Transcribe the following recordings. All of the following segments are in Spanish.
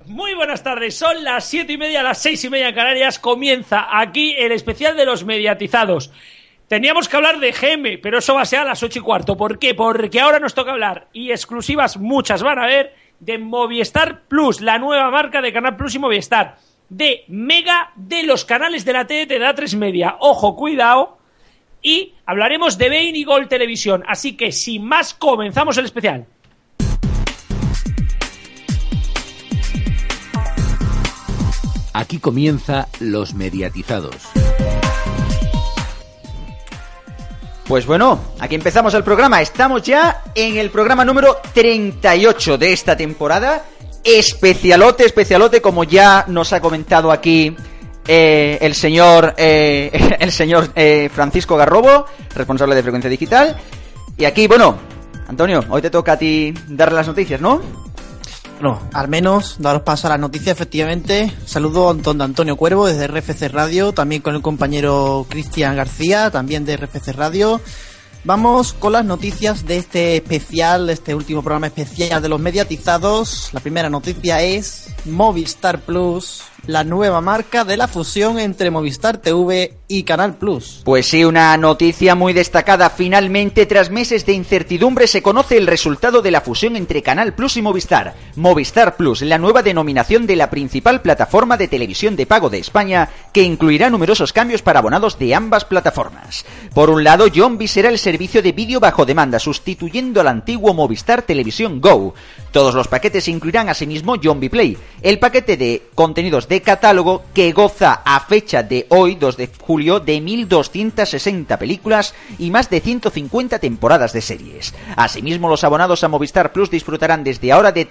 Muy buenas tardes, son las 7:30, las 6:30 en Canarias. Comienza aquí el especial de los mediatizados. Teníamos que hablar de GM, pero eso va a ser a las 8:15. ¿Por qué? Porque ahora nos toca hablar, y exclusivas muchas van a ver, de Movistar Plus, la nueva marca de Canal Plus y Movistar, de Mega, de los canales de la TDT de A3 Media. Ojo, cuidado. Y hablaremos de Bein y Gol Televisión. Así que, sin más, comenzamos el especial. Aquí comienza Los Mediatizados. Pues bueno, aquí empezamos el programa. Estamos ya en el programa número 38 de esta temporada. Especialote, como ya nos ha comentado aquí el señor Francisco Garrobo, responsable de Frecuencia Digital. Y aquí, bueno, Antonio, hoy te toca a ti darle las noticias, ¿no? No, al menos daros paso a las noticias, efectivamente. Saludo a don Antonio Cuervo desde RFC Radio, también con el compañero Cristian García, también de RFC Radio. Vamos con las noticias de este especial, este último programa especial de los mediatizados. La primera noticia es Movistar Plus, la nueva marca de la fusión entre Movistar TV y Canal Plus. Pues sí, una noticia muy destacada. Finalmente, tras meses de incertidumbre, se conoce el resultado de la fusión entre Canal Plus y Movistar. Movistar Plus, la nueva denominación de la principal plataforma de televisión de pago de España, que incluirá numerosos cambios para abonados de ambas plataformas. Por un lado, Yombi será el servicio de vídeo bajo demanda, sustituyendo al antiguo Movistar Televisión Go. Todos los paquetes incluirán asimismo Yombi Play, el paquete de contenidos de catálogo que goza a fecha de hoy, 2 de julio, de 1.260 películas y más de 150 temporadas de series. Asimismo, los abonados a Movistar Plus disfrutarán desde ahora de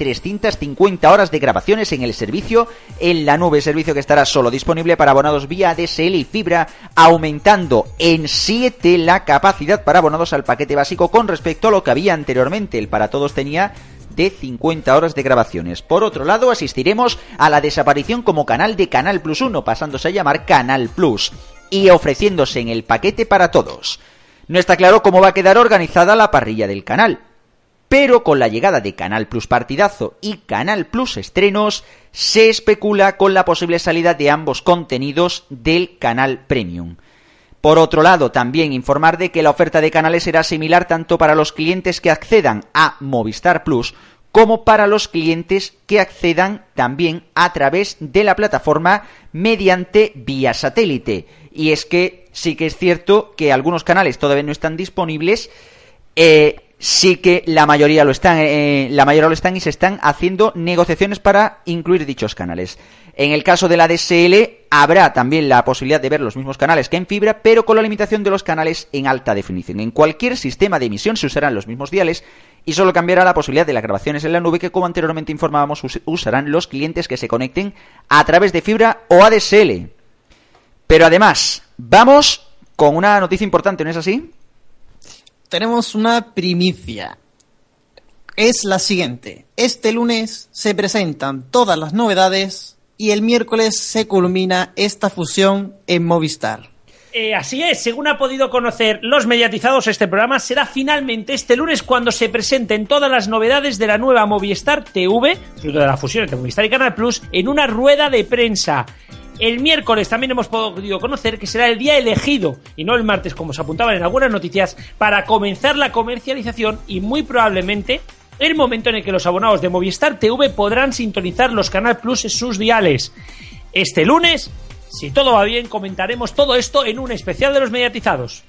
350 horas de grabaciones en el servicio en la nube, servicio que estará solo disponible para abonados vía ADSL y fibra, aumentando en 7 la capacidad para abonados al paquete básico con respecto a lo que había anteriormente. El para todos tenía de 50 horas de grabaciones. Por otro lado, asistiremos a la desaparición como canal de Canal Plus 1, pasándose a llamar Canal Plus y ofreciéndose en el paquete para todos. No está claro cómo va a quedar organizada la parrilla del canal, pero con la llegada de Canal Plus Partidazo y Canal Plus Estrenos, se especula con la posible salida de ambos contenidos del canal Premium. Por otro lado, también informar de que la oferta de canales será similar tanto para los clientes que accedan a Movistar Plus como para los clientes que accedan también a través de la plataforma mediante vía satélite. Y es que sí que es cierto que algunos canales todavía no están disponibles, sí que la mayoría lo están y se están haciendo negociaciones para incluir dichos canales. En el caso de la DSL habrá también la posibilidad de ver los mismos canales que en fibra, pero con la limitación de los canales en alta definición. En cualquier sistema de emisión se usarán los mismos diales y solo cambiará la posibilidad de las grabaciones en la nube, que, como anteriormente informábamos, usarán los clientes que se conecten a través de fibra o ADSL. Pero además, vamos con una noticia importante, ¿no es así? Tenemos una primicia. Es la siguiente. Este lunes se presentan todas las novedades y el miércoles se culmina esta fusión en Movistar. Así es, según ha podido conocer los mediatizados, este programa será finalmente este lunes cuando se presenten todas las novedades de la nueva Movistar TV, fruto de la fusión entre Movistar y Canal Plus, en una rueda de prensa. El miércoles también hemos podido conocer que será el día elegido, y no el martes como se apuntaban en algunas noticias, para comenzar la comercialización y muy probablemente el momento en el que los abonados de Movistar TV podrán sintonizar los Canal Plus en sus diales. Este lunes, si todo va bien, comentaremos todo esto en un especial de los mediatizados.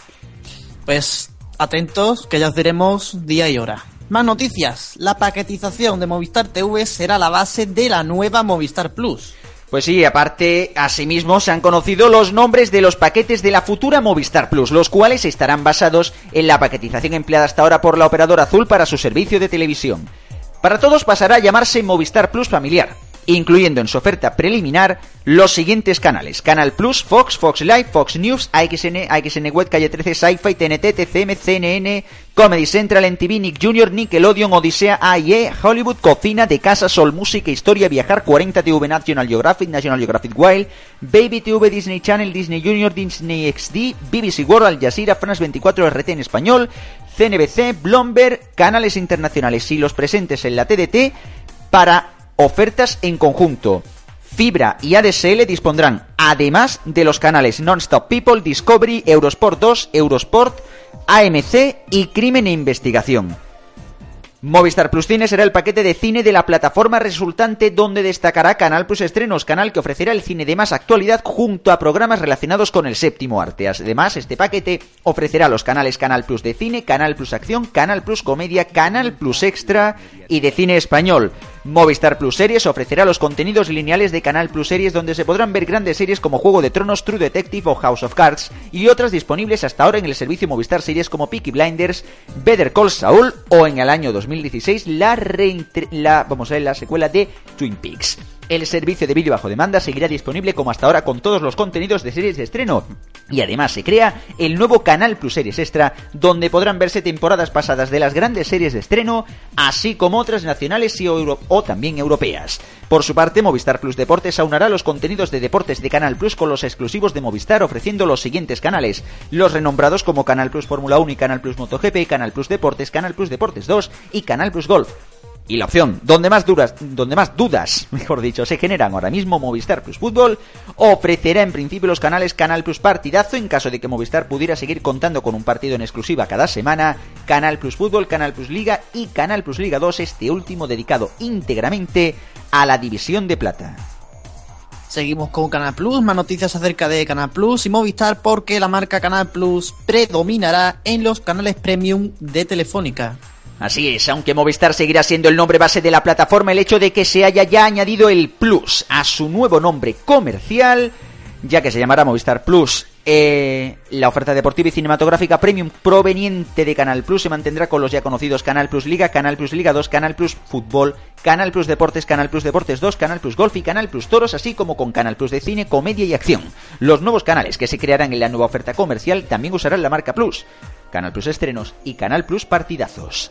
Pues atentos, que ya os diremos día y hora. Más noticias. La paquetización de Movistar TV será la base de la nueva Movistar Plus. Pues sí, aparte, asimismo, se han conocido los nombres de los paquetes de la futura Movistar Plus, los cuales estarán basados en la paquetización empleada hasta ahora por la operadora Azul para su servicio de televisión. Para todos pasará a llamarse Movistar Plus Familiar, incluyendo en su oferta preliminar los siguientes canales: Canal Plus, Fox, Fox Live, Fox News, AXN Web, Calle 13, Sci-Fi, TNT, TCM, CNN, Comedy Central, MTV, Nick Jr., Nickelodeon, Odisea, AIE, Hollywood, Cocina, De Casa, Sol Música, Historia, Viajar, 40 TV, National Geographic Wild, Baby TV, Disney Channel, Disney Junior, Disney XD, BBC World, Al Jazeera, France 24, RT en español, CNBC, Bloomberg, canales internacionales y los presentes en la TDT, para ofertas en conjunto. Fibra y ADSL dispondrán, además de los canales Non-Stop People, Discovery, Eurosport 2, Eurosport, AMC y Crimen e Investigación. Movistar Plus Cine será el paquete de cine de la plataforma resultante, donde destacará Canal Plus Estrenos, canal que ofrecerá el cine de más actualidad junto a programas relacionados con el séptimo arte. Además, este paquete ofrecerá los canales Canal Plus de Cine, Canal Plus Acción, Canal Plus Comedia, Canal Plus Extra y de Cine Español. Movistar Plus Series ofrecerá los contenidos lineales de Canal Plus Series, donde se podrán ver grandes series como Juego de Tronos, True Detective o House of Cards, y otras disponibles hasta ahora en el servicio Movistar Series como Peaky Blinders, Better Call Saul o en el año 2016 la secuela de Twin Peaks. El servicio de vídeo bajo demanda seguirá disponible como hasta ahora con todos los contenidos de series de estreno. Y además se crea el nuevo Canal Plus Series Extra, donde podrán verse temporadas pasadas de las grandes series de estreno, así como otras nacionales o también europeas. Por su parte, Movistar Plus Deportes aunará los contenidos de deportes de Canal Plus con los exclusivos de Movistar, ofreciendo los siguientes canales: los renombrados como Canal Plus Fórmula 1 y Canal Plus MotoGP, Canal Plus Deportes, Canal Plus Deportes 2 y Canal Plus Golf. Y la opción donde más dudas, mejor dicho, se generan ahora mismo, Movistar Plus Fútbol, ofrecerá en principio los canales Canal Plus Partidazo en caso de que Movistar pudiera seguir contando con un partido en exclusiva cada semana, Canal Plus Fútbol, Canal Plus Liga y Canal Plus Liga 2, este último dedicado íntegramente a la División de Plata. Seguimos con Canal Plus, más noticias acerca de Canal Plus y Movistar, porque la marca Canal Plus predominará en los canales premium de Telefónica. Así es, aunque Movistar seguirá siendo el nombre base de la plataforma, el hecho de que se haya ya añadido el Plus a su nuevo nombre comercial, ya que se llamará Movistar Plus, la oferta deportiva y cinematográfica premium proveniente de Canal Plus se mantendrá con los ya conocidos Canal Plus Liga, Canal Plus Liga 2, Canal Plus Fútbol, Canal Plus Deportes, Canal Plus Deportes 2, Canal Plus Golf y Canal Plus Toros, así como con Canal Plus de Cine, Comedia y Acción. Los nuevos canales que se crearán en la nueva oferta comercial también usarán la marca Plus, Canal Plus Estrenos y Canal Plus Partidazos.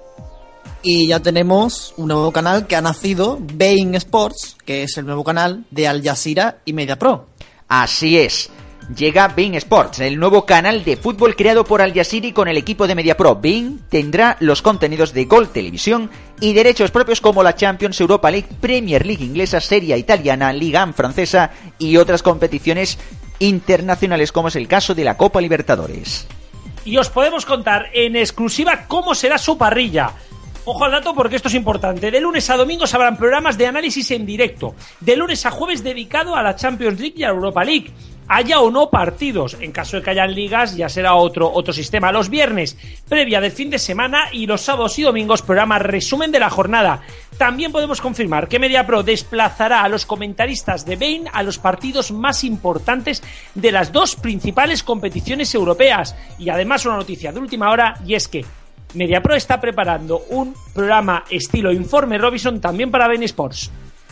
Y ya tenemos un nuevo canal que ha nacido, beIN Sports, que es el nuevo canal de Al Jazeera y MediaPro. Así es, llega beIN Sports, el nuevo canal de fútbol creado por Al Jazeera y con el equipo de MediaPro. beIN tendrá los contenidos de Gol Televisión y derechos propios como la Champions, Europa League, Premier League inglesa, Serie A italiana, Liga 1 francesa y otras competiciones internacionales, como es el caso de la Copa Libertadores. Y os podemos contar en exclusiva cómo será su parrilla. Ojo al dato porque esto es importante. De lunes a domingos habrán programas de análisis en directo. De lunes a jueves dedicado a la Champions League y a la Europa League. Haya o no partidos. En caso de que hayan ligas ya será otro sistema. Los viernes, previa del fin de semana, y los sábados y domingos, programa resumen de la jornada. También podemos confirmar que MediaPro desplazará a los comentaristas de beIN a los partidos más importantes de las dos principales competiciones europeas. Y además una noticia de última hora, y es que MediaPro está preparando un programa estilo Informe Robinson también para beIN Sports.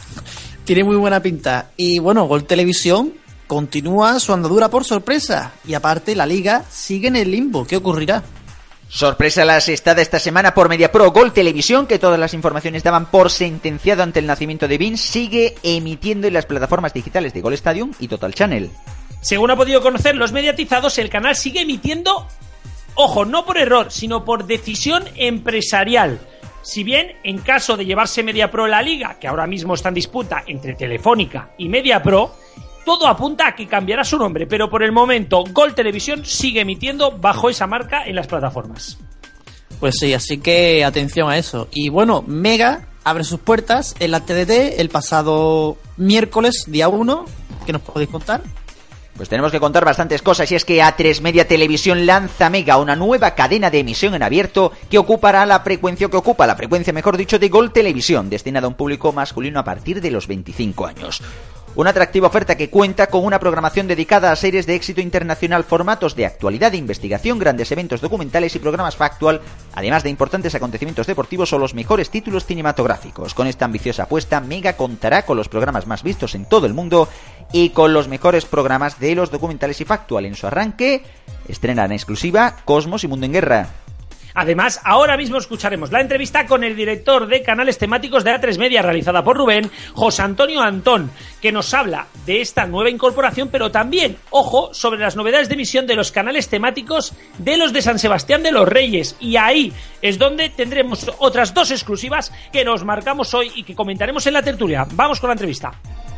Tiene muy buena pinta. Y bueno, Gol Televisión continúa su andadura por sorpresa. Y aparte, la Liga sigue en el limbo. ¿Qué ocurrirá? Sorpresa la asestada esta semana por MediaPro. Gol Televisión, que todas las informaciones daban por sentenciado ante el nacimiento de beIN, sigue emitiendo en las plataformas digitales de Gol Stadium y Total Channel. Según ha podido conocer los mediatizados, el canal sigue emitiendo, ojo, no por error, sino por decisión empresarial. Si bien, en caso de llevarse MediaPro la Liga, que ahora mismo está en disputa entre Telefónica y MediaPro, todo apunta a que cambiará su nombre, pero por el momento Gol Televisión sigue emitiendo bajo esa marca en las plataformas. Pues sí, así que atención a eso. Y bueno, Mega abre sus puertas en la TDT el pasado miércoles, día 1. ¿Qué nos podéis contar? Pues tenemos que contar bastantes cosas, y es que A3 Media Televisión lanza Mega, una nueva cadena de emisión en abierto que ocupa la frecuencia, mejor dicho, de Gol Televisión, destinada a un público masculino a partir de los 25 años. Una atractiva oferta que cuenta con una programación dedicada a series de éxito internacional, formatos de actualidad e investigación, grandes eventos documentales y programas factual, además de importantes acontecimientos deportivos o los mejores títulos cinematográficos. Con esta ambiciosa apuesta, Mega contará con los programas más vistos en todo el mundo y con los mejores programas de los documentales y factual. En su arranque, estrenan en exclusiva Cosmos y Mundo en Guerra. Además, ahora mismo escucharemos la entrevista con el director de canales temáticos de A3 Media, realizada por Rubén, José Antonio Antón, que nos habla de esta nueva incorporación, pero también, ojo, sobre las novedades de emisión de los canales temáticos de los de San Sebastián de los Reyes. Y ahí es donde tendremos otras 2 exclusivas que nos marcamos hoy y que comentaremos en la tertulia. Vamos con la entrevista.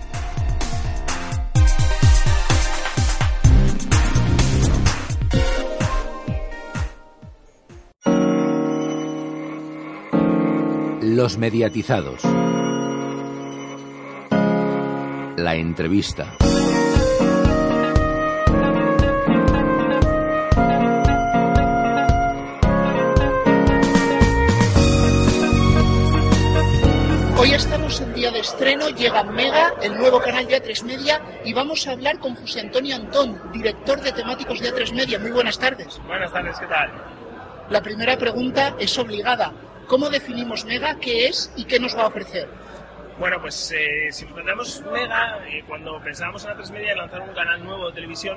Los mediatizados. La entrevista. Hoy estamos en día de estreno, llega Mega, el nuevo canal de A3 Media, y vamos a hablar con José Antonio Antón, director de temáticos de A3 Media. Muy buenas tardes. Buenas tardes, ¿qué tal? La primera pregunta es obligada. ¿Cómo definimos Mega? ¿Qué es y qué nos va a ofrecer? Bueno, pues si nos planteamos Mega, cuando pensábamos en A3 Media en lanzar un canal nuevo de televisión,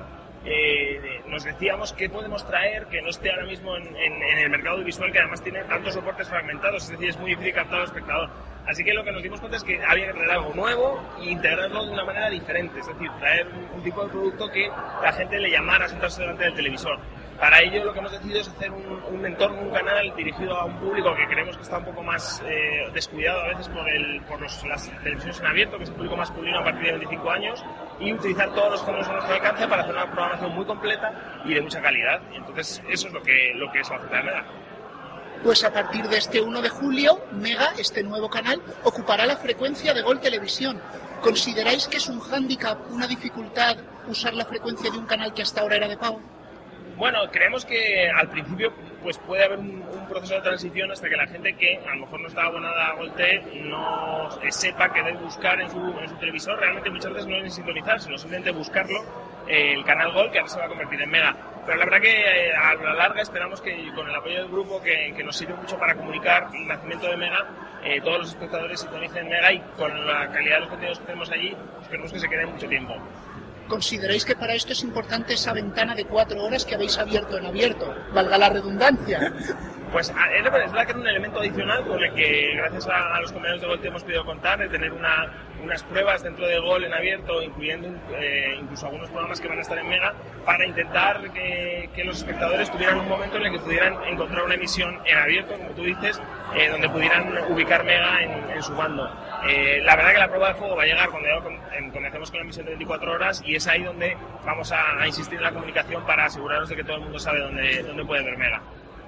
nos decíamos qué podemos traer que no esté ahora mismo en el mercado audiovisual, que además tiene tantos soportes fragmentados, es decir, es muy difícil captar al espectador. Así que lo que nos dimos cuenta es que había que traer algo nuevo e integrarlo de una manera diferente, es decir, traer un tipo de producto que la gente le llamara a sentarse delante del televisor. Para ello lo que hemos decidido es hacer un entorno, un canal dirigido a un público que creemos que está un poco más descuidado a veces por las televisiones en abierto, que es el público masculino a partir de 25 años, y utilizar todos los géneros a nuestro alcance para hacer una programación muy completa y de mucha calidad. Y entonces eso es lo que se va a hacer de Mega. Pues a partir de este 1 de julio, Mega, este nuevo canal, ocupará la frecuencia de Gol Televisión. ¿Consideráis que es un hándicap, una dificultad, usar la frecuencia de un canal que hasta ahora era de pago? Bueno, creemos que al principio pues puede haber un proceso de transición hasta que la gente que a lo mejor no está abonada a Golte no sepa qué debe buscar en su televisor. Realmente muchas veces no es ni sintonizar, sino simplemente buscarlo, el canal Gol, que ahora se va a convertir en Mega. Pero la verdad que a la larga esperamos que con el apoyo del grupo, que nos sirve mucho para comunicar el nacimiento de Mega, todos los espectadores sintonicen Mega, y con la calidad de los contenidos que tenemos allí, esperemos que se quede mucho tiempo. ¿Consideráis que para esto es importante esa ventana de 4 horas que habéis abierto en abierto? Valga la redundancia. Pues es verdad que era un elemento adicional con el que, gracias a los compañeros de Gol, te hemos podido contar, de tener unas pruebas dentro de Gol en abierto, incluyendo incluso algunos programas que van a estar en Mega, para intentar que los espectadores tuvieran un momento en el que pudieran encontrar una emisión en abierto, como tú dices, donde pudieran ubicar Mega en su bando. La verdad que la prueba de fuego va a llegar cuando comencemos con la emisión de 24 horas, y es ahí donde vamos a insistir en la comunicación para asegurarnos de que todo el mundo sabe dónde puede ver Mega.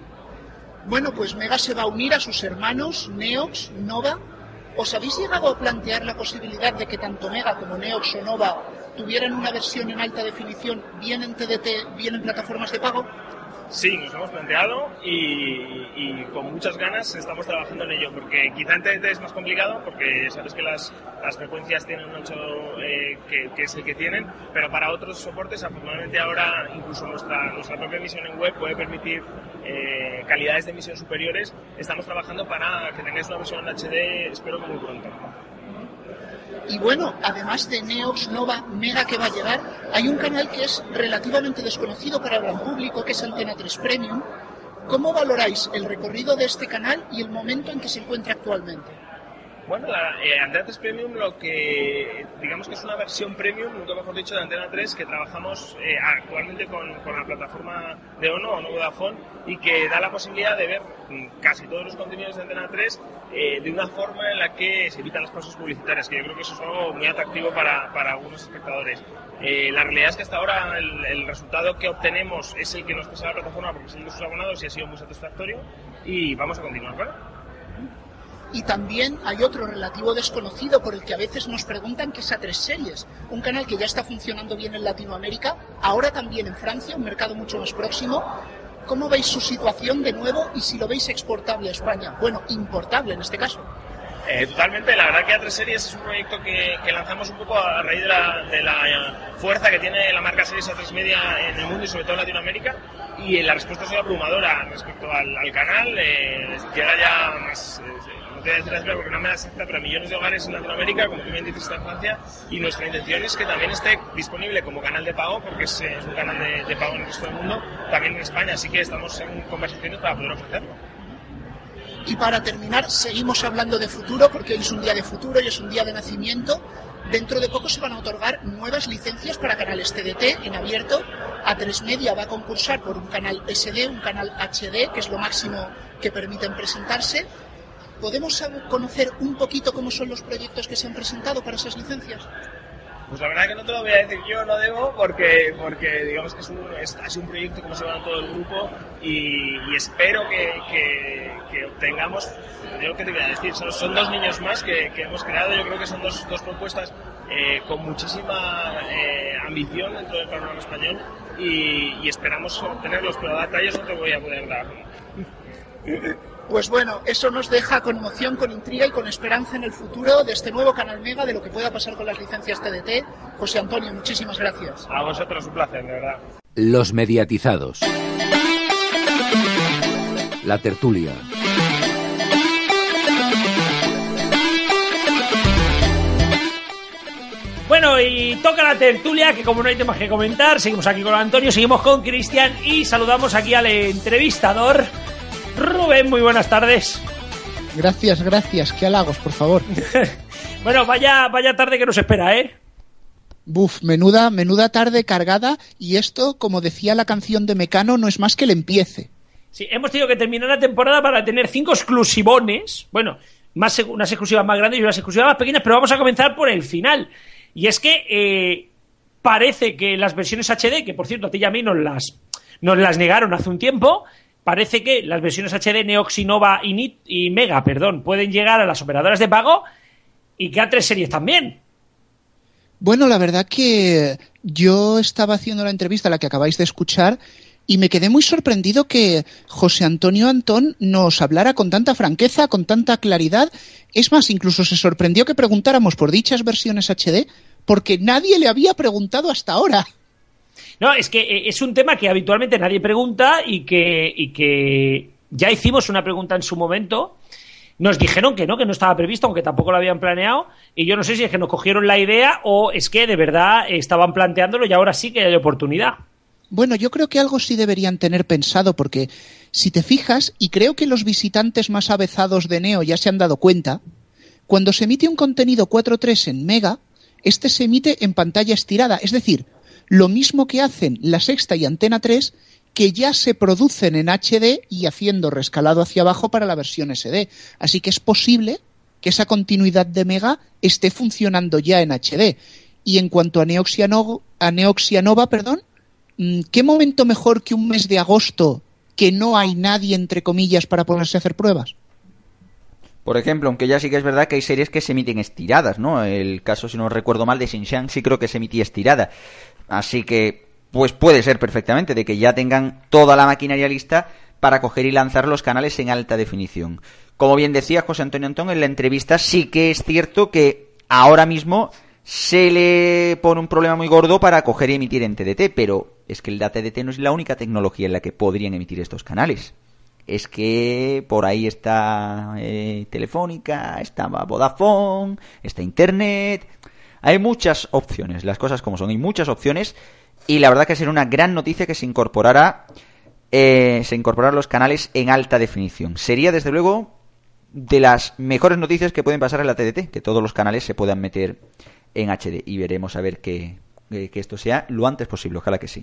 Bueno, pues Mega se va a unir a sus hermanos Neox, Nova. ¿Os habéis llegado a plantear la posibilidad de que tanto Mega como Neox o Nova tuvieran una versión en alta definición, bien en TDT, bien en plataformas de pago? Sí, nos lo hemos planteado y con muchas ganas estamos trabajando en ello, porque quizá en TDT es más complicado, porque sabes que las frecuencias tienen un ancho que es el que tienen, pero para otros soportes, afortunadamente ahora incluso nuestra propia emisión en web puede permitir calidades de emisión superiores. Estamos trabajando para que tengáis una versión en HD, espero que muy pronto. Y bueno, además de Neox, Nova, Mega que va a llegar, hay un canal que es relativamente desconocido para el gran público, que es Antena 3 Premium. ¿Cómo valoráis el recorrido de este canal y el momento en que se encuentra actualmente? Bueno, Antena 3 Premium, lo que digamos que es una versión premium, nunca mejor dicho, de Antena 3, que trabajamos actualmente con la plataforma de ONO o Vodafone, y que da la posibilidad de ver casi todos los contenidos de Antena 3 de una forma en la que se evitan las pausas publicitarias, que yo creo que eso es algo muy atractivo para algunos espectadores. La realidad es que hasta ahora el resultado que obtenemos es el que nos pasa la plataforma, porque es el de sus abonados, y ha sido muy satisfactorio, y vamos a continuar, ¿vale? Y también hay otro relativo desconocido por el que a veces nos preguntan, que es A3 Series, un canal que ya está funcionando bien en Latinoamérica, ahora también en Francia, un mercado mucho más próximo. ¿Cómo veis su situación de nuevo y si lo veis exportable a España? Bueno, importable en este caso. Totalmente, la verdad que A3 Series es un proyecto que lanzamos un poco a raíz de la fuerza que tiene la marca Series A3 Media en el mundo y sobre todo en Latinoamérica, y la respuesta ha sido abrumadora respecto al canal. Llega ya más, no te voy a decir la cifra porque no me la acepta, pero millones de hogares en Latinoamérica, como tú bien dices, está en Francia, y nuestra intención es que también esté disponible como canal de pago, porque es un canal de pago en el resto del mundo, también en España, así que estamos en conversaciones para poder ofrecerlo. Y para terminar, seguimos hablando de futuro, porque hoy es un día de futuro y es un día de nacimiento. Dentro de poco se van a otorgar nuevas licencias para canales TDT en abierto. A3 Media va a concursar por un canal SD, un canal HD, que es lo máximo que permiten presentarse. ¿Podemos conocer un poquito cómo son los proyectos que se han presentado para esas licencias? Pues la verdad que no te lo voy a decir yo, no debo, porque digamos que ha sido un proyecto que hemos llevado todo el grupo y espero que obtengamos, digo que te voy a decir, son dos niños más que hemos creado. Yo creo que son dos propuestas con muchísima ambición dentro del panorama español y esperamos obtenerlos, pero detalles no te voy a poder dar. Pues bueno, eso nos deja con emoción, con intriga y con esperanza en el futuro de este nuevo canal Mega, de lo que pueda pasar con las licencias TDT. José Antonio, muchísimas gracias. A vosotros un placer, de verdad. Los mediatizados. La tertulia. Bueno, y toca la tertulia, que como no hay temas que comentar, seguimos aquí con Antonio, seguimos con Cristian y saludamos aquí al entrevistador Rubén. Muy buenas tardes. Gracias, qué halagos, por favor. Bueno, vaya tarde que nos espera, ¿eh? Buf, menuda tarde cargada, y esto, como decía la canción de Mecano, no es más que el empiece. Sí, hemos tenido que terminar la temporada para tener 5 exclusivones, bueno, unas exclusivas más grandes y unas exclusivas más pequeñas, pero vamos a comenzar por el final. Y es que parece que las versiones HD, que por cierto a ti y a mí nos las negaron hace un tiempo, parece que las versiones HD Neox, Nova y Mega, pueden llegar a las operadoras de pago y que A3 series también. Bueno, la verdad que yo estaba haciendo la entrevista a la que acabáis de escuchar y me quedé muy sorprendido que José Antonio Antón nos hablara con tanta franqueza, con tanta claridad. Es más, incluso se sorprendió que preguntáramos por dichas versiones HD porque nadie le había preguntado hasta ahora. No, es que es un tema que habitualmente nadie pregunta y que ya hicimos una pregunta en su momento. Nos dijeron que no estaba previsto, aunque tampoco lo habían planeado. Y yo no sé si es que nos cogieron la idea o es que de verdad estaban planteándolo y ahora sí que hay oportunidad. Bueno, yo creo que algo sí deberían tener pensado, porque si te fijas, y creo que los visitantes más avezados de Neo ya se han dado cuenta, cuando se emite un contenido 4.3 en Mega, este se emite en pantalla estirada, es decir, lo mismo que hacen La Sexta y Antena 3, que ya se producen en HD y haciendo rescalado hacia abajo para la versión SD. Así que es posible que esa continuidad de Mega esté funcionando ya en HD. Y en cuanto a Neox y Nova, ¿qué momento mejor que un mes de agosto que no hay nadie, entre comillas, para ponerse a hacer pruebas? Por ejemplo, aunque ya sí que es verdad que hay series que se emiten estiradas, ¿no? El caso, si no recuerdo mal, de Xinjiang sí creo que se emitía estirada. Así que, pues puede ser perfectamente de que ya tengan toda la maquinaria lista para coger y lanzar los canales en alta definición. Como bien decía José Antonio Antón en la entrevista, sí que es cierto que ahora mismo se le pone un problema muy gordo para coger y emitir en TDT, pero es que el TDT no es la única tecnología en la que podrían emitir estos canales. Es que por ahí está Telefónica, está Vodafone, está Internet. Hay muchas opciones, las cosas como son, hay muchas opciones, y la verdad que sería una gran noticia que se incorporaran los canales en alta definición. Sería, desde luego, de las mejores noticias que pueden pasar en la TDT, que todos los canales se puedan meter en HD, y veremos a ver que esto sea lo antes posible, ojalá que sí.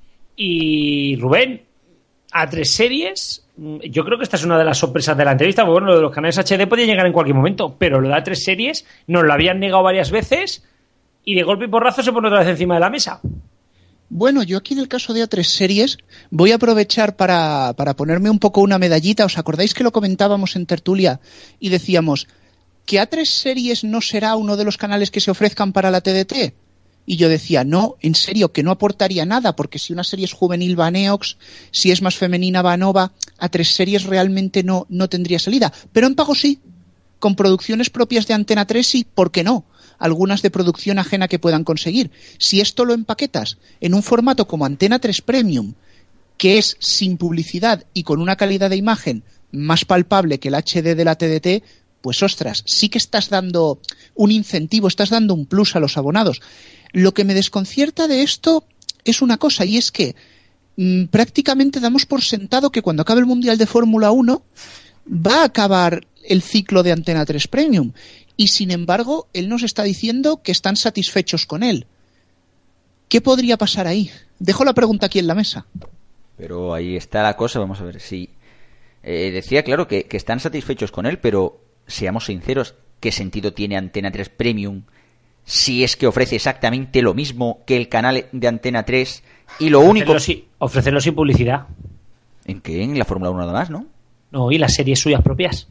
Y Rubén, A3 series, yo creo que esta es una de las sorpresas de la entrevista, porque bueno, lo de los canales HD podía llegar en cualquier momento, pero lo de A3 series nos lo habían negado varias veces y de golpe y porrazo se pone otra vez encima de la mesa. Bueno, yo aquí en el caso de A3 series voy a aprovechar para ponerme un poco una medallita. ¿Os acordáis que lo comentábamos en tertulia y decíamos que A3 series no será uno de los canales que se ofrezcan para la TDT? Y yo decía, no, en serio, que no aportaría nada, porque si una serie es juvenil va a Neox, si es más femenina va a Nova, A3 series realmente no tendría salida. Pero en pago sí, con producciones propias de Antena 3 sí, ¿por qué no? Algunas de producción ajena que puedan conseguir. Si esto lo empaquetas en un formato como Antena 3 Premium, que es sin publicidad y con una calidad de imagen más palpable que el HD de la TDT, pues ostras, sí que estás dando un incentivo, estás dando un plus a los abonados. Lo que me desconcierta de esto es una cosa, y es que prácticamente damos por sentado que cuando acabe el Mundial de Fórmula 1 va a acabar el ciclo de Antena 3 Premium. Y sin embargo, él nos está diciendo que están satisfechos con él. ¿Qué podría pasar ahí? Dejo la pregunta aquí en la mesa. Pero ahí está la cosa, vamos a ver. Sí, decía, claro, que están satisfechos con él, pero seamos sinceros, ¿qué sentido tiene Antena 3 Premium si es que ofrece exactamente lo mismo que el canal de Antena 3 y lo único... Ofrecerlo sin publicidad. ¿En qué? En la Fórmula 1 nada más, ¿no? No, y las series suyas propias.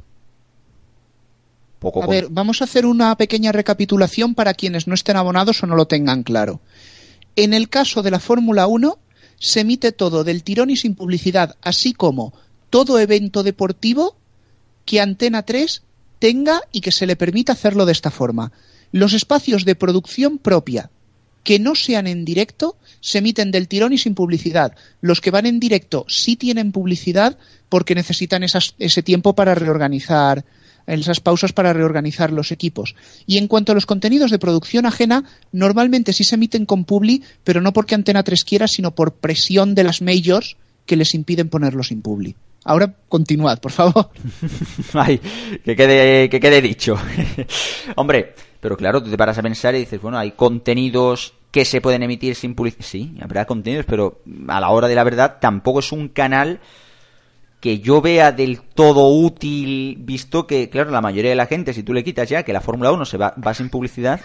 A ver, vamos a hacer una pequeña recapitulación para quienes no estén abonados o no lo tengan claro. En el caso de la Fórmula 1, se emite todo del tirón y sin publicidad, así como todo evento deportivo que Antena 3 tenga y que se le permita hacerlo de esta forma. Los espacios de producción propia que no sean en directo se emiten del tirón y sin publicidad. Los que van en directo sí tienen publicidad porque necesitan ese tiempo para reorganizar, esas pausas para reorganizar los equipos. Y en cuanto a los contenidos de producción ajena, normalmente sí se emiten con publi, pero no porque Antena 3 quiera, sino por presión de las majors que les impiden ponerlos sin publi. Ahora continuad, por favor. Ay, que quede dicho. Hombre, pero claro, tú te paras a pensar y dices, bueno, hay contenidos que se pueden emitir sin publicidad. Sí, habrá contenidos, pero a la hora de la verdad tampoco es un canal que yo vea del todo útil, visto que, claro, la mayoría de la gente, si tú le quitas ya que la Fórmula 1 se va sin publicidad,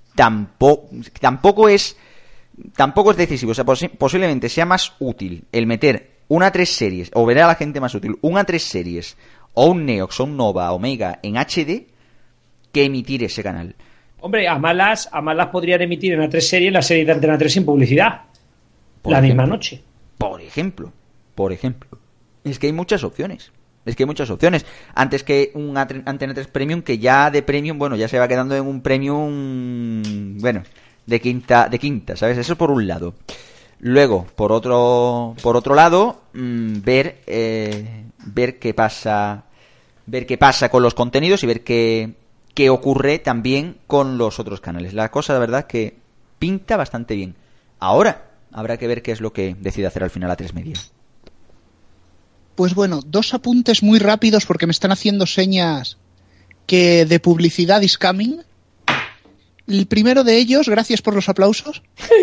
tampoco es decisivo. O sea, posiblemente sea más útil el meter una 3 series, o verá a la gente más útil una 3 series, o un Neox, o un Nova, Omega en HD, que emitir ese canal. Hombre, a malas podrían emitir en A3 series la serie de Antena 3 sin publicidad. Misma noche. Por ejemplo. Es que hay muchas opciones. Antes que un Antena 3 Premium, que ya de Premium, bueno, ya se va quedando en un Premium, bueno, de quinta, ¿sabes? Eso por un lado. Luego, por otro lado, ver qué pasa con los contenidos y ver qué ocurre también con los otros canales. La cosa, la verdad, que pinta bastante bien. Ahora habrá que ver qué es lo que decide hacer al final A3 Media. Pues bueno, 2 apuntes muy rápidos porque me están haciendo señas que de publicidad is coming. El primero de ellos, gracias por los aplausos,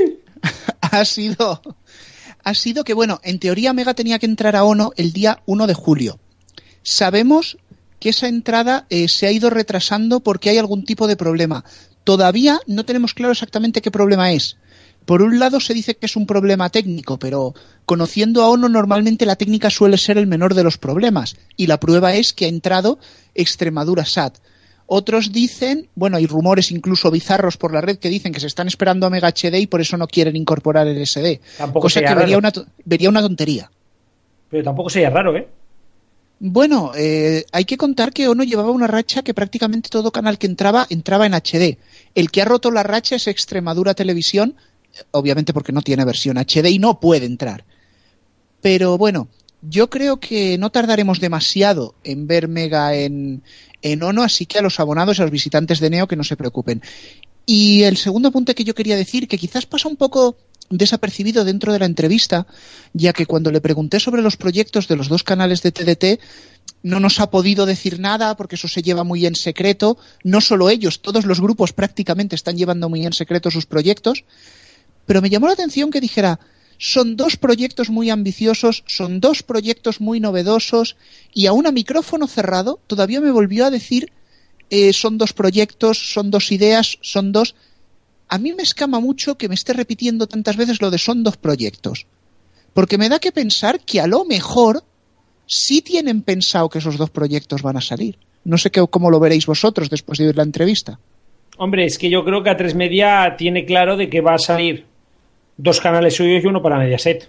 ha sido que, bueno, en teoría Mega tenía que entrar a ONO el día 1 de julio. Sabemos que esa entrada se ha ido retrasando porque hay algún tipo de problema. Todavía no tenemos claro exactamente qué problema es. Por un lado se dice que es un problema técnico, pero conociendo a ONO normalmente la técnica suele ser el menor de los problemas, y la prueba es que ha entrado Extremadura SAT. Otros dicen, bueno, hay rumores incluso bizarros por la red que dicen que se están esperando a Mega HD y por eso no quieren incorporar el SD. Tampoco cosa que vería una tontería. Pero tampoco sería raro, ¿eh? Bueno, hay que contar que ONO llevaba una racha que prácticamente todo canal que entraba en HD. El que ha roto la racha es Extremadura Televisión, obviamente porque no tiene versión HD y no puede entrar. Pero bueno, yo creo que no tardaremos demasiado en ver Mega en ONO, así que a los abonados y a los visitantes de Neo que no se preocupen. Y el segundo apunte que yo quería decir, que quizás pasa un poco desapercibido dentro de la entrevista, ya que cuando le pregunté sobre los proyectos de los 2 canales de TDT, no nos ha podido decir nada porque eso se lleva muy en secreto. No solo ellos, todos los grupos prácticamente están llevando muy en secreto sus proyectos. Pero me llamó la atención que dijera, son 2 proyectos muy ambiciosos, son 2 proyectos muy novedosos, y aún a micrófono cerrado todavía me volvió a decir, son 2 proyectos, son 2 ideas, son 2... A mí me escama mucho que me esté repitiendo tantas veces lo de son 2 proyectos, porque me da que pensar que a lo mejor sí tienen pensado que esos 2 proyectos van a salir. No sé cómo lo veréis vosotros después de ver la entrevista. Hombre, es que yo creo que A3 Media tiene claro de que va a salir 2 canales suyos y uno para Mediaset.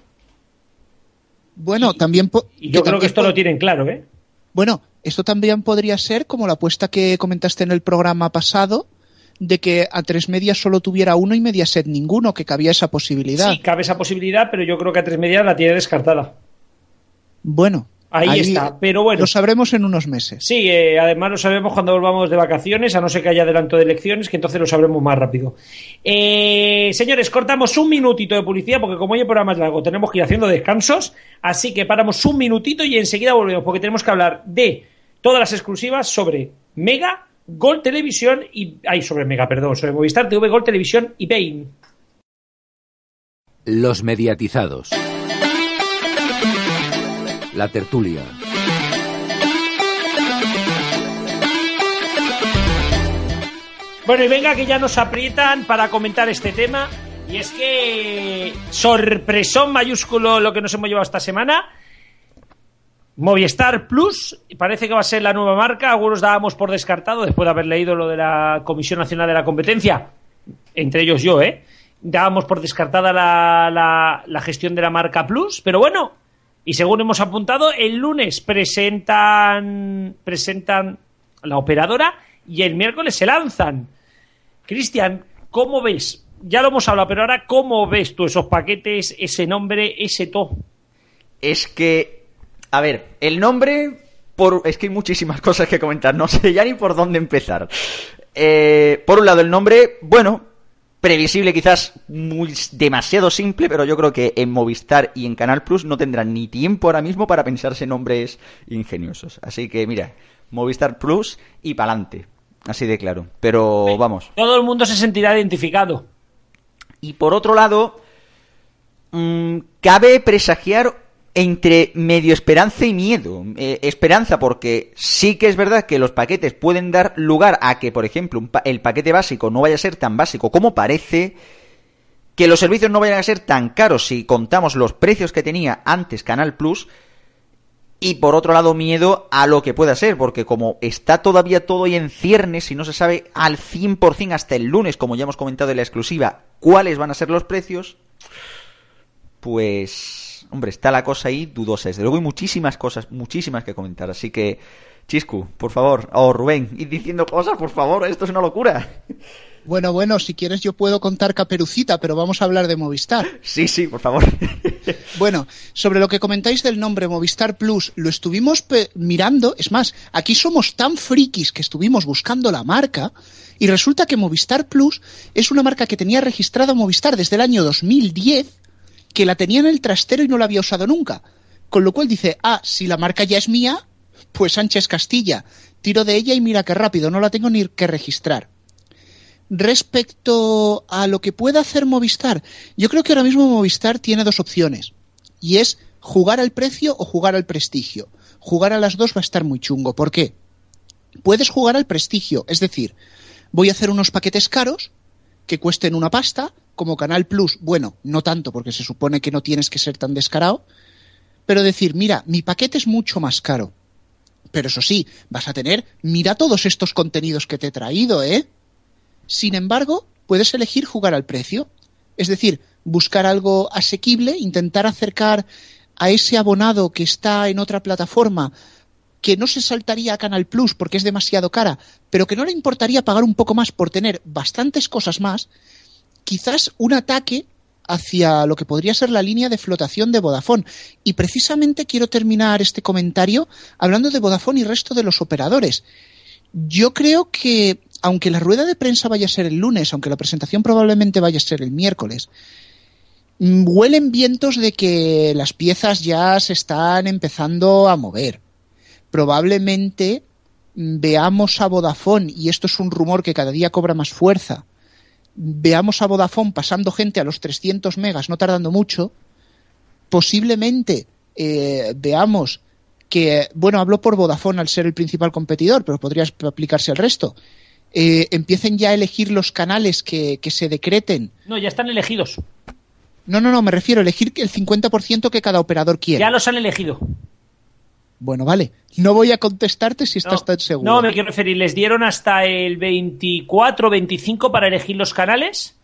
Bueno, también... Y yo creo que esto lo tienen claro, ¿eh? Bueno, esto también podría ser como la apuesta que comentaste en el programa pasado, de que A3 Media solo tuviera uno y Mediaset ninguno, que cabía esa posibilidad. Sí, cabe esa posibilidad, pero yo creo que A3 Media la tiene descartada. Bueno, Ahí está, pero bueno. Lo sabremos en unos meses. Sí, además lo sabemos cuando volvamos de vacaciones, a no ser que haya adelanto de elecciones, que entonces lo sabremos más rápido. Señores, cortamos un minutito de publicidad, porque como hoy el programa es largo, tenemos que ir haciendo descansos, así que paramos un minutito y enseguida volvemos, porque tenemos que hablar de todas las exclusivas sobre Mega, Gol Televisión y... sobre Movistar TV, Gol Televisión y Bein. Los mediatizados. La tertulia. Bueno, y venga que ya nos aprietan para comentar este tema. Y es que sorpresón mayúsculo lo que nos hemos llevado esta semana. Movistar Plus parece que va a ser la nueva marca. Algunos dábamos por descartado después de haber leído lo de la Comisión Nacional de la Competencia, entre ellos yo, dábamos por descartada la gestión de la marca Plus, pero bueno, y según hemos apuntado, el lunes presentan la operadora y el miércoles se lanzan. Cristian, ¿cómo ves? Ya lo hemos hablado, pero ahora, ¿cómo ves tú esos paquetes, ese nombre, ese todo? Es que, a ver, el nombre, es que hay muchísimas cosas que comentar, no sé ya ni por dónde empezar. Por un lado, el nombre, bueno, previsible, quizás demasiado simple, pero yo creo que en Movistar y en Canal Plus no tendrán ni tiempo ahora mismo para pensarse nombres ingeniosos. Así que, mira, Movistar Plus y pa'lante, así de claro. Pero vamos. Todo el mundo se sentirá identificado. Y por otro lado, cabe presagiar entre medio esperanza y miedo. Esperanza porque sí que es verdad que los paquetes pueden dar lugar a que, por ejemplo, el paquete básico no vaya a ser tan básico como parece, que los servicios no vayan a ser tan caros si contamos los precios que tenía antes Canal Plus. Y por otro lado, miedo a lo que pueda ser, porque como está todavía todo ahí en ciernes y no se sabe al 100% hasta el lunes, como ya hemos comentado en la exclusiva, cuáles van a ser los precios, pues, hombre, está la cosa ahí dudosa. Desde luego hay muchísimas cosas, muchísimas que comentar. Así que, Chiscu, por favor, Rubén, id diciendo cosas, por favor, esto es una locura. Bueno, si quieres yo puedo contar Caperucita, pero vamos a hablar de Movistar. Sí, por favor. Bueno, sobre lo que comentáis del nombre Movistar Plus, lo estuvimos mirando, es más, aquí somos tan frikis que estuvimos buscando la marca y resulta que Movistar Plus es una marca que tenía registrada Movistar desde el año 2010, que la tenía en el trastero y no la había usado nunca. Con lo cual dice, si la marca ya es mía, pues Sánchez Castilla, tiro de ella y mira qué rápido, no la tengo ni que registrar. Respecto a lo que pueda hacer Movistar, yo creo que ahora mismo Movistar tiene dos opciones, y es jugar al precio o jugar al prestigio. Jugar a las dos va a estar muy chungo. ¿Por qué? Puedes jugar al prestigio, es decir, voy a hacer unos paquetes caros que cuesten una pasta, como Canal Plus, bueno, no tanto porque se supone que no tienes que ser tan descarado, pero decir, mira, mi paquete es mucho más caro, pero eso sí, vas a tener, mira todos estos contenidos que te he traído, Sin embargo, puedes elegir jugar al precio, es decir, buscar algo asequible, intentar acercar a ese abonado que está en otra plataforma, que no se saltaría a Canal Plus porque es demasiado cara, pero que no le importaría pagar un poco más por tener bastantes cosas más, quizás un ataque hacia lo que podría ser la línea de flotación de Vodafone. Y precisamente quiero terminar este comentario hablando de Vodafone y resto de los operadores. Yo creo que, aunque la rueda de prensa vaya a ser el lunes, aunque la presentación probablemente vaya a ser el miércoles, huelen vientos de que las piezas ya se están empezando a mover. Probablemente veamos a Vodafone, y esto es un rumor que cada día cobra más fuerza, veamos a Vodafone pasando gente a los 300 megas, no tardando mucho. Posiblemente veamos que, bueno, hablo por Vodafone al ser el principal competidor, pero podría aplicarse al resto. Empiecen ya a elegir los canales que se decreten. No, ya están elegidos. No, me refiero a elegir el 50% que cada operador quiere. Ya los han elegido. Bueno, vale. No voy a contestarte si estás tan seguro. No, me quiero referir. Les dieron hasta el 24, 25 para elegir los canales.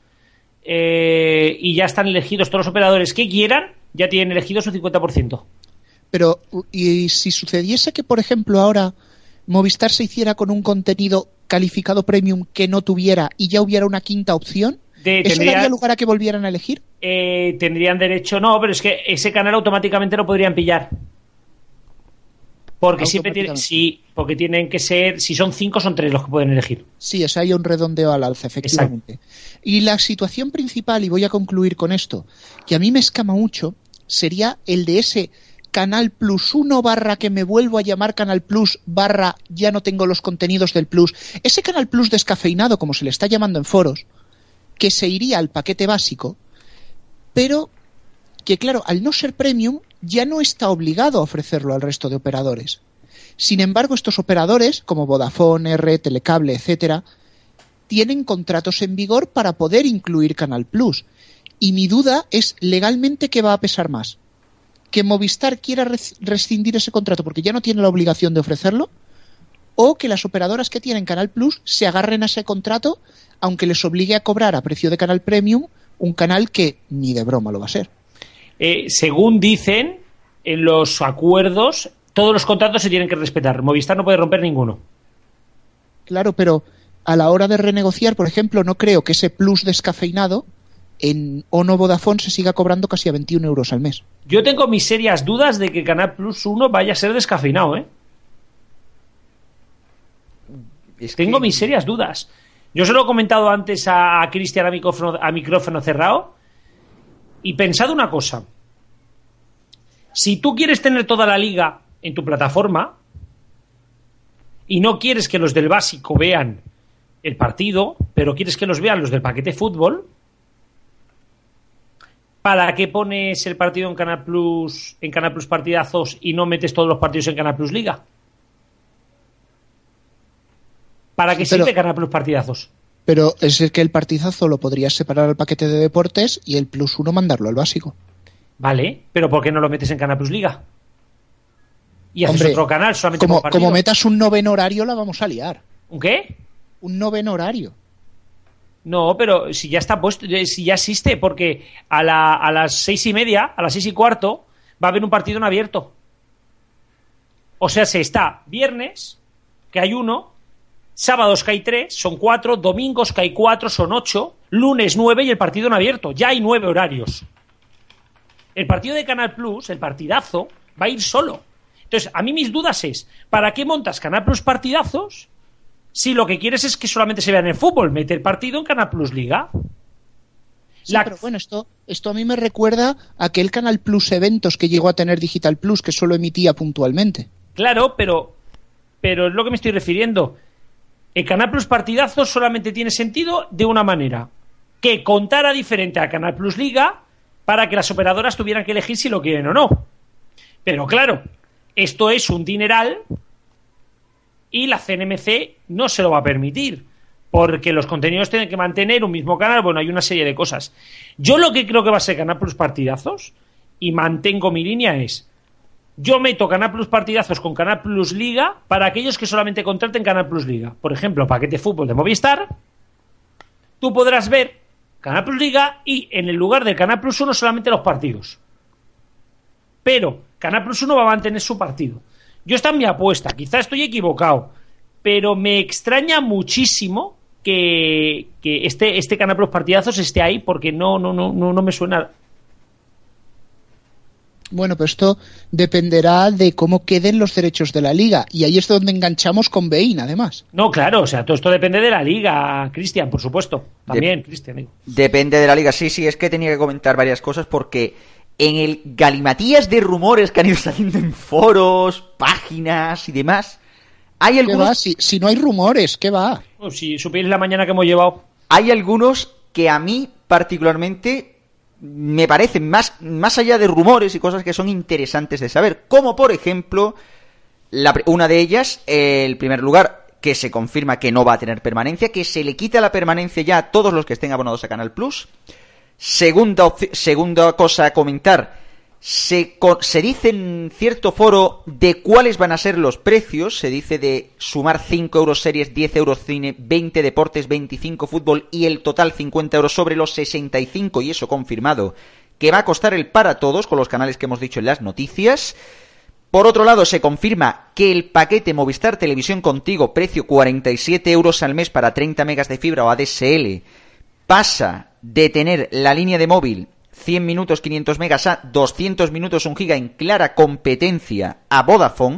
Y ya están elegidos todos los operadores que quieran. Ya tienen elegido su 50%. Pero, ¿y si sucediese que, por ejemplo, ahora Movistar se hiciera con un contenido calificado premium que no tuviera y ya hubiera una quinta opción? ¿Eso daría lugar a que volvieran a elegir? Tendrían derecho, no, pero es que ese canal automáticamente lo podrían pillar. Porque siempre porque tienen que ser, si son 5 son 3 los que pueden elegir. Sí, hay un redondeo al alza, efectivamente. Exacto. Y la situación principal, y voy a concluir con esto, que a mí me escama mucho, sería el de ese Canal Plus 1 / que me vuelvo a llamar Canal Plus / ya no tengo los contenidos del Plus. Ese Canal Plus descafeinado, como se le está llamando en foros, que se iría al paquete básico, pero que claro, al no ser premium, ya no está obligado a ofrecerlo al resto de operadores. Sin embargo, estos operadores, como Vodafone, R, Telecable, etcétera, tienen contratos en vigor para poder incluir Canal Plus. Y mi duda es, legalmente, ¿qué va a pesar más? ¿Que Movistar quiera rescindir ese contrato porque ya no tiene la obligación de ofrecerlo? ¿O que las operadoras que tienen Canal Plus se agarren a ese contrato, aunque les obligue a cobrar a precio de canal premium un canal que ni de broma lo va a ser? Según dicen, en los acuerdos, todos los contratos se tienen que respetar. Movistar no puede romper ninguno. Claro, pero a la hora de renegociar, por ejemplo, no creo que ese plus descafeinado en Ono Vodafone se siga cobrando casi a 21 euros al mes. Yo tengo mis serias dudas de que Canal Plus 1 vaya a ser descafeinado, ¿eh? Tengo mis serias dudas. Yo se lo he comentado antes a Cristian a micrófono cerrado. Y pensad una cosa, si tú quieres tener toda la liga en tu plataforma y no quieres que los del básico vean el partido, pero quieres que los vean los del paquete fútbol, ¿para qué pones el partido en Canal Plus Partidazos y no metes todos los partidos en Canal Plus Liga? ¿Para qué sirve Canal Plus Partidazos? Pero es que el partidazo lo podrías separar al paquete de deportes y el Plus 1 mandarlo al básico. Vale, pero ¿por qué no lo metes en Canal Plus Liga? Y haces otro canal solamente como, por partido. Como metas un noveno horario la vamos a liar. ¿Un qué? Un noveno horario. No, pero si ya está puesto, si ya existe, porque a las 6:30, a las 6:15, va a haber un partido en abierto. O sea, se está viernes, que hay 1, sábados que hay 3, son 4, domingos que hay 4, son 8, lunes 9 y el partido en abierto. Ya hay 9 horarios. El partido de Canal Plus, el partidazo, va a ir solo. Entonces, a mí mis dudas es, ¿para qué montas Canal Plus Partidazos si lo que quieres es que solamente se vea en el fútbol? Meter partido en Canal Plus Liga. Sí, pero bueno, esto a mí me recuerda a aquel Canal Plus Eventos que llegó a tener Digital Plus, que solo emitía puntualmente. Claro, pero es lo que me estoy refiriendo. El Canal Plus Partidazos solamente tiene sentido de una manera, que contara diferente a Canal Plus Liga para que las operadoras tuvieran que elegir si lo quieren o no. Pero claro, esto es un dineral y la CNMC no se lo va a permitir, porque los contenidos tienen que mantener un mismo canal. Bueno, hay una serie de cosas. Yo lo que creo que va a ser Canal Plus Partidazos, y mantengo mi línea, es: yo meto Canal Plus Partidazos con Canal Plus Liga para aquellos que solamente contraten Canal Plus Liga. Por ejemplo, paquete fútbol de Movistar, tú podrás ver Canal Plus Liga y en el lugar del Canal Plus 1 solamente los partidos. Pero Canal Plus 1 va a mantener su partido. Yo esta es mi apuesta, quizá estoy equivocado, pero me extraña muchísimo que este Canal Plus Partidazos esté ahí, porque no me suena. Bueno, pues esto dependerá de cómo queden los derechos de la liga, y ahí es donde enganchamos con Bein, además. No, claro, o sea, todo esto depende de la liga, Cristian, por supuesto. También, Cristian. Depende de la liga, sí, es que tenía que comentar varias cosas porque en el galimatías de rumores que han ido saliendo en foros, páginas y demás, hay algunos... ¿Qué va? Si no hay rumores, ¿qué va? Pues si supierais la mañana que hemos llevado. Hay algunos que a mí particularmente me parecen más allá de rumores y cosas que son interesantes de saber, como por ejemplo una de ellas, el primer lugar, que se confirma que no va a tener permanencia, que se le quita la permanencia ya a todos los que estén abonados a Canal Plus. Segunda cosa a comentar, se dice en cierto foro de cuáles van a ser los precios. Se dice de sumar 5 euros series, 10 euros cine, 20 deportes, 25 fútbol y el total 50 euros sobre los 65, y eso confirmado, que va a costar el para todos con los canales que hemos dicho en las noticias. Por otro lado, se confirma que el paquete Movistar Televisión Contigo, precio 47 euros al mes para 30 megas de fibra o ADSL, pasa de tener la línea de móvil 100 minutos 500 megas a 200 minutos 1 giga en clara competencia a Vodafone,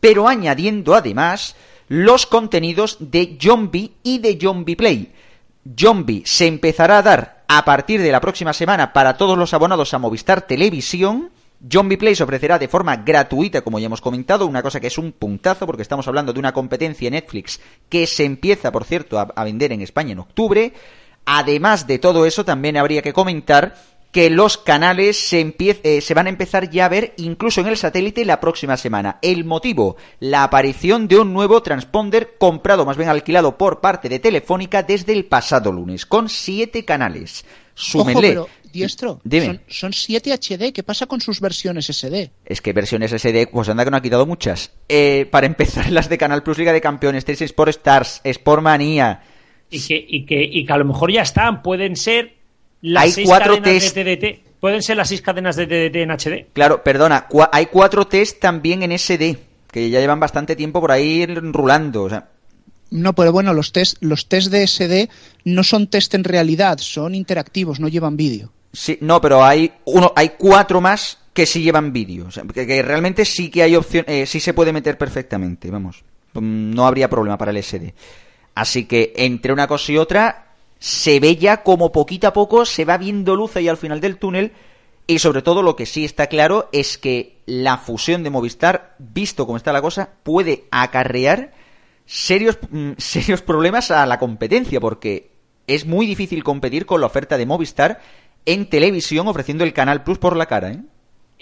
pero añadiendo además los contenidos de Jombi y de Jombi Play. Jombi se empezará a dar a partir de la próxima semana para todos los abonados a Movistar Televisión. Jombi Play se ofrecerá de forma gratuita, como ya hemos comentado, una cosa que es un puntazo, porque estamos hablando de una competencia en Netflix que se empieza, por cierto, a vender en España en octubre. Además de todo eso, también habría que comentar que los canales se van a empezar ya a ver incluso en el satélite la próxima semana. El motivo, la aparición de un nuevo transponder comprado, más bien alquilado por parte de Telefónica desde el pasado lunes, con 7 canales. Súmenle. Ojo, pero, Diestro, Dime. son 7 HD. ¿Qué pasa con sus versiones SD? Es que versiones SD, pues anda que no ha quitado muchas. Para empezar, las de Canal Plus, Liga de Campeones, 3 Sport Stars, Sportmanía. Y que a lo mejor ya están, pueden ser las Hay 6 4 cadenas test. de TDT. Pueden ser las 6 cadenas de TDT en HD. Claro, perdona, hay 4 test también en SD, que ya llevan bastante tiempo por ahí rulando, o sea. No, pero bueno, los test de SD no son test en realidad, son interactivos, no llevan vídeo. Sí, no, pero hay 4 más que sí llevan vídeo, o sea, que realmente sí que hay opción, sí se puede meter perfectamente, vamos, no habría problema para el SD. Así que entre una cosa y otra se ve ya como poquito a poco se va viendo luz ahí al final del túnel, y sobre todo lo que sí está claro es que la fusión de Movistar, visto cómo está la cosa, puede acarrear serios problemas a la competencia, porque es muy difícil competir con la oferta de Movistar en televisión ofreciendo el Canal Plus por la cara, ¿eh?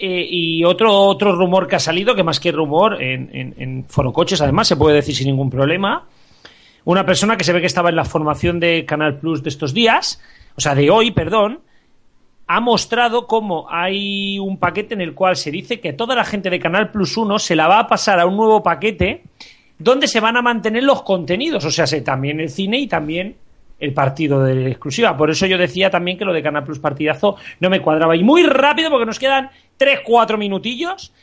Y otro rumor que ha salido, que más que rumor, en Foro Coches además se puede decir sin ningún problema. Una persona que se ve que estaba en la formación de Canal Plus de estos días, o sea, de hoy, perdón, ha mostrado cómo hay un paquete en el cual se dice que toda la gente de Canal Plus 1 se la va a pasar a un nuevo paquete donde se van a mantener los contenidos, o sea, también el cine y también el partido de exclusiva. Por eso yo decía también que lo de Canal Plus Partidazo no me cuadraba. Y muy rápido, porque nos quedan 3-4 minutillos.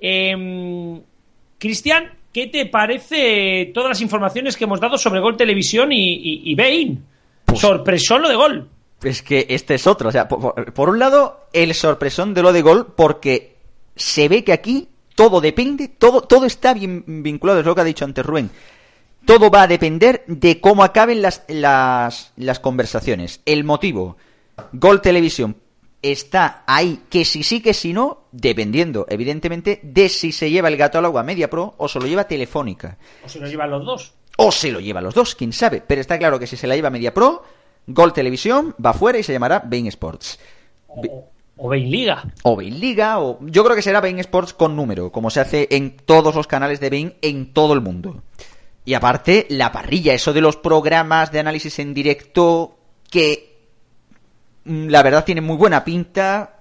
Cristian, ¿qué te parece todas las informaciones que hemos dado sobre Gol Televisión y Bein? Pues, sorpresón lo de Gol. Es que este es otro. O sea, por un lado, el sorpresón de lo de Gol, porque se ve que aquí todo depende, todo está bien vinculado, es lo que ha dicho antes Rubén. Todo va a depender de cómo acaben las conversaciones. El motivo, Gol Televisión está ahí, que si sí, que si no, dependiendo, evidentemente, de si se lleva el gato al agua MediaPro o se lo lleva Telefónica. O se lo llevan los dos. O se lo lleva los dos, quién sabe. Pero está claro que si se la lleva MediaPro, Gol Televisión va fuera y se llamará Bein Sports. O Bein Liga. O Bein Liga, o yo creo que será Bein Sports con número, como se hace en todos los canales de Bein en todo el mundo. Y aparte, la parrilla, eso de los programas de análisis en directo, que la verdad tiene muy buena pinta.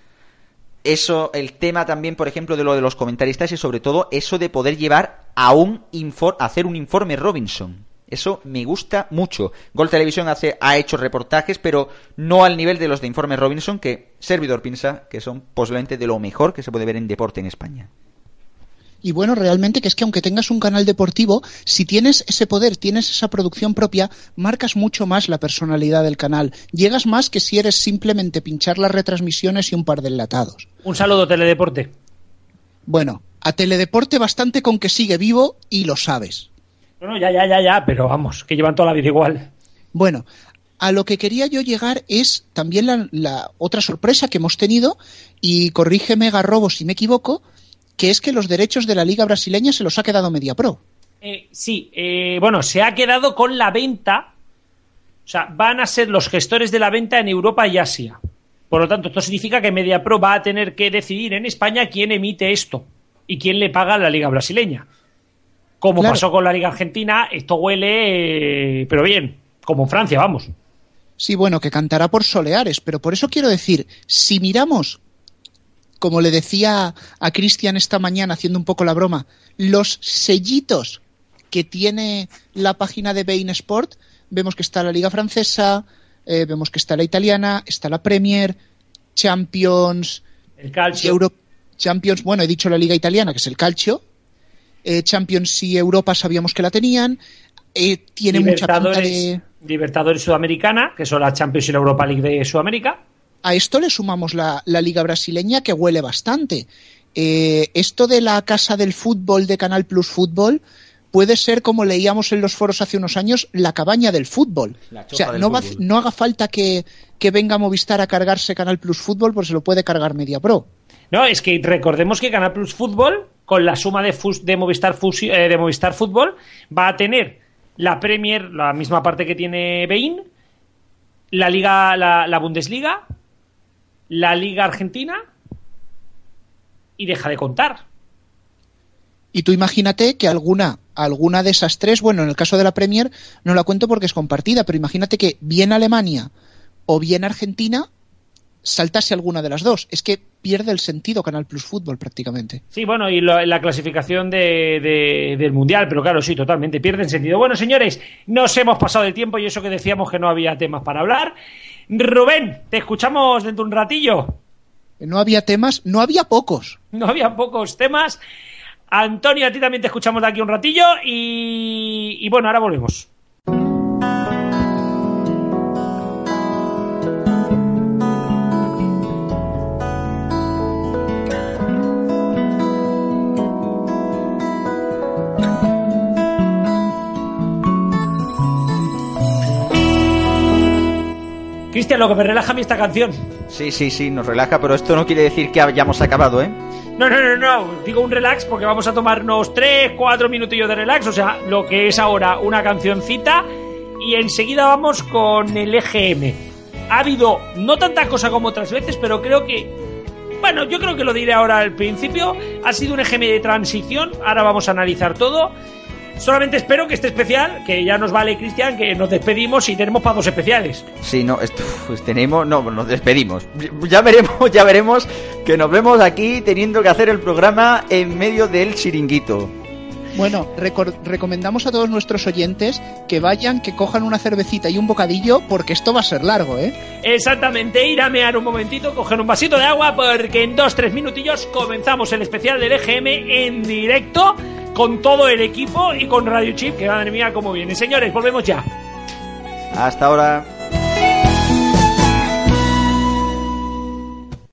Eso, el tema también, por ejemplo, de lo de los comentaristas y sobre todo eso de poder llevar a hacer un informe Robinson. Eso me gusta mucho. Gol Televisión ha hecho reportajes, pero no al nivel de los de Informe Robinson, que servidor piensa que son posiblemente de lo mejor que se puede ver en deporte en España. Y bueno, realmente que es que aunque tengas un canal deportivo, si tienes ese poder, tienes esa producción propia, marcas mucho más la personalidad del canal. Llegas más que si eres simplemente pinchar las retransmisiones y un par de enlatados. Un saludo, Teledeporte. Bueno, a Teledeporte bastante con que sigue vivo y lo sabes. No, ya, pero vamos, que llevan toda la vida igual. Bueno, a lo que quería yo llegar es también la otra sorpresa que hemos tenido, y corrígeme Garrobo si me equivoco, que es que los derechos de la Liga Brasileña se los ha quedado MediaPro. Sí, bueno, se ha quedado con la venta, o sea, van a ser los gestores de la venta en Europa y Asia. Por lo tanto, esto significa que MediaPro va a tener que decidir en España quién emite esto y quién le paga a la Liga Brasileña. Como claro. Pasó con la Liga Argentina, esto huele, pero bien, como en Francia, vamos. Sí, bueno, que cantará por soleares, pero por eso quiero decir, si miramos, como le decía a Cristian esta mañana, haciendo un poco la broma, los sellitos que tiene la página de Bein Sport, vemos que está la Liga Francesa, vemos que está la Italiana, está la Premier, Champions, el Calcio. Champions, bueno, he dicho la Liga Italiana, que es el Calcio, Champions y Europa sabíamos que la tenían, tiene mucha pinta de... Libertadores Sudamericana, que son la Champions y la Europa League de Sudamérica. A esto le sumamos la Liga Brasileña, que huele bastante. esto de la casa del fútbol de Canal Plus Fútbol puede ser, como leíamos en los foros hace unos años, la cabaña del fútbol. O sea, no haga falta que venga Movistar a cargarse Canal Plus Fútbol, porque se lo puede cargar MediaPro. No, es que recordemos que Canal Plus Fútbol, con la suma de Movistar Fútbol, va a tener la Premier, la misma parte que tiene beIN, la Liga, la Bundesliga, la Liga Argentina, y deja de contar. Y tú imagínate que alguna de esas tres, bueno, en el caso de la Premier no la cuento porque es compartida, pero imagínate que bien Alemania o bien Argentina saltase alguna de las dos. Es que pierde el sentido Canal Plus Fútbol prácticamente. Sí, bueno, y la clasificación del Mundial, pero claro, sí, totalmente, pierde el sentido. Bueno, señores, nos hemos pasado el tiempo y eso que decíamos que no había temas para hablar. Rubén, te escuchamos dentro de un ratillo. No había temas, no había pocos. No había pocos temas. Antonio, a ti también te escuchamos de aquí un ratillo y bueno, ahora volvemos. Cristian, lo que me relaja a mí esta canción. Sí, nos relaja, pero esto no quiere decir que hayamos acabado, ¿eh? No, digo un relax porque vamos a tomarnos 3-4 minutillos de relax, o sea, lo que es ahora una cancioncita y enseguida vamos con el EGM. Ha habido no tanta cosa como otras veces, pero creo que, bueno, yo creo que lo diré ahora al principio, ha sido un EGM de transición, ahora vamos a analizar todo. Solamente espero que este especial, que ya nos vale, Cristian, que nos despedimos y tenemos para 2 especiales. Sí, nos despedimos. Ya veremos que nos vemos aquí teniendo que hacer el programa en medio del chiringuito. Bueno, recomendamos a todos nuestros oyentes que vayan, que cojan una cervecita y un bocadillo, porque esto va a ser largo, ¿eh? Exactamente, ir a mear un momentito, coger un vasito de agua, porque en 2-3 minutillos comenzamos el especial del EGM en directo, con todo el equipo y con Radio Chip, que madre mía, cómo viene. Señores, volvemos ya. Hasta ahora.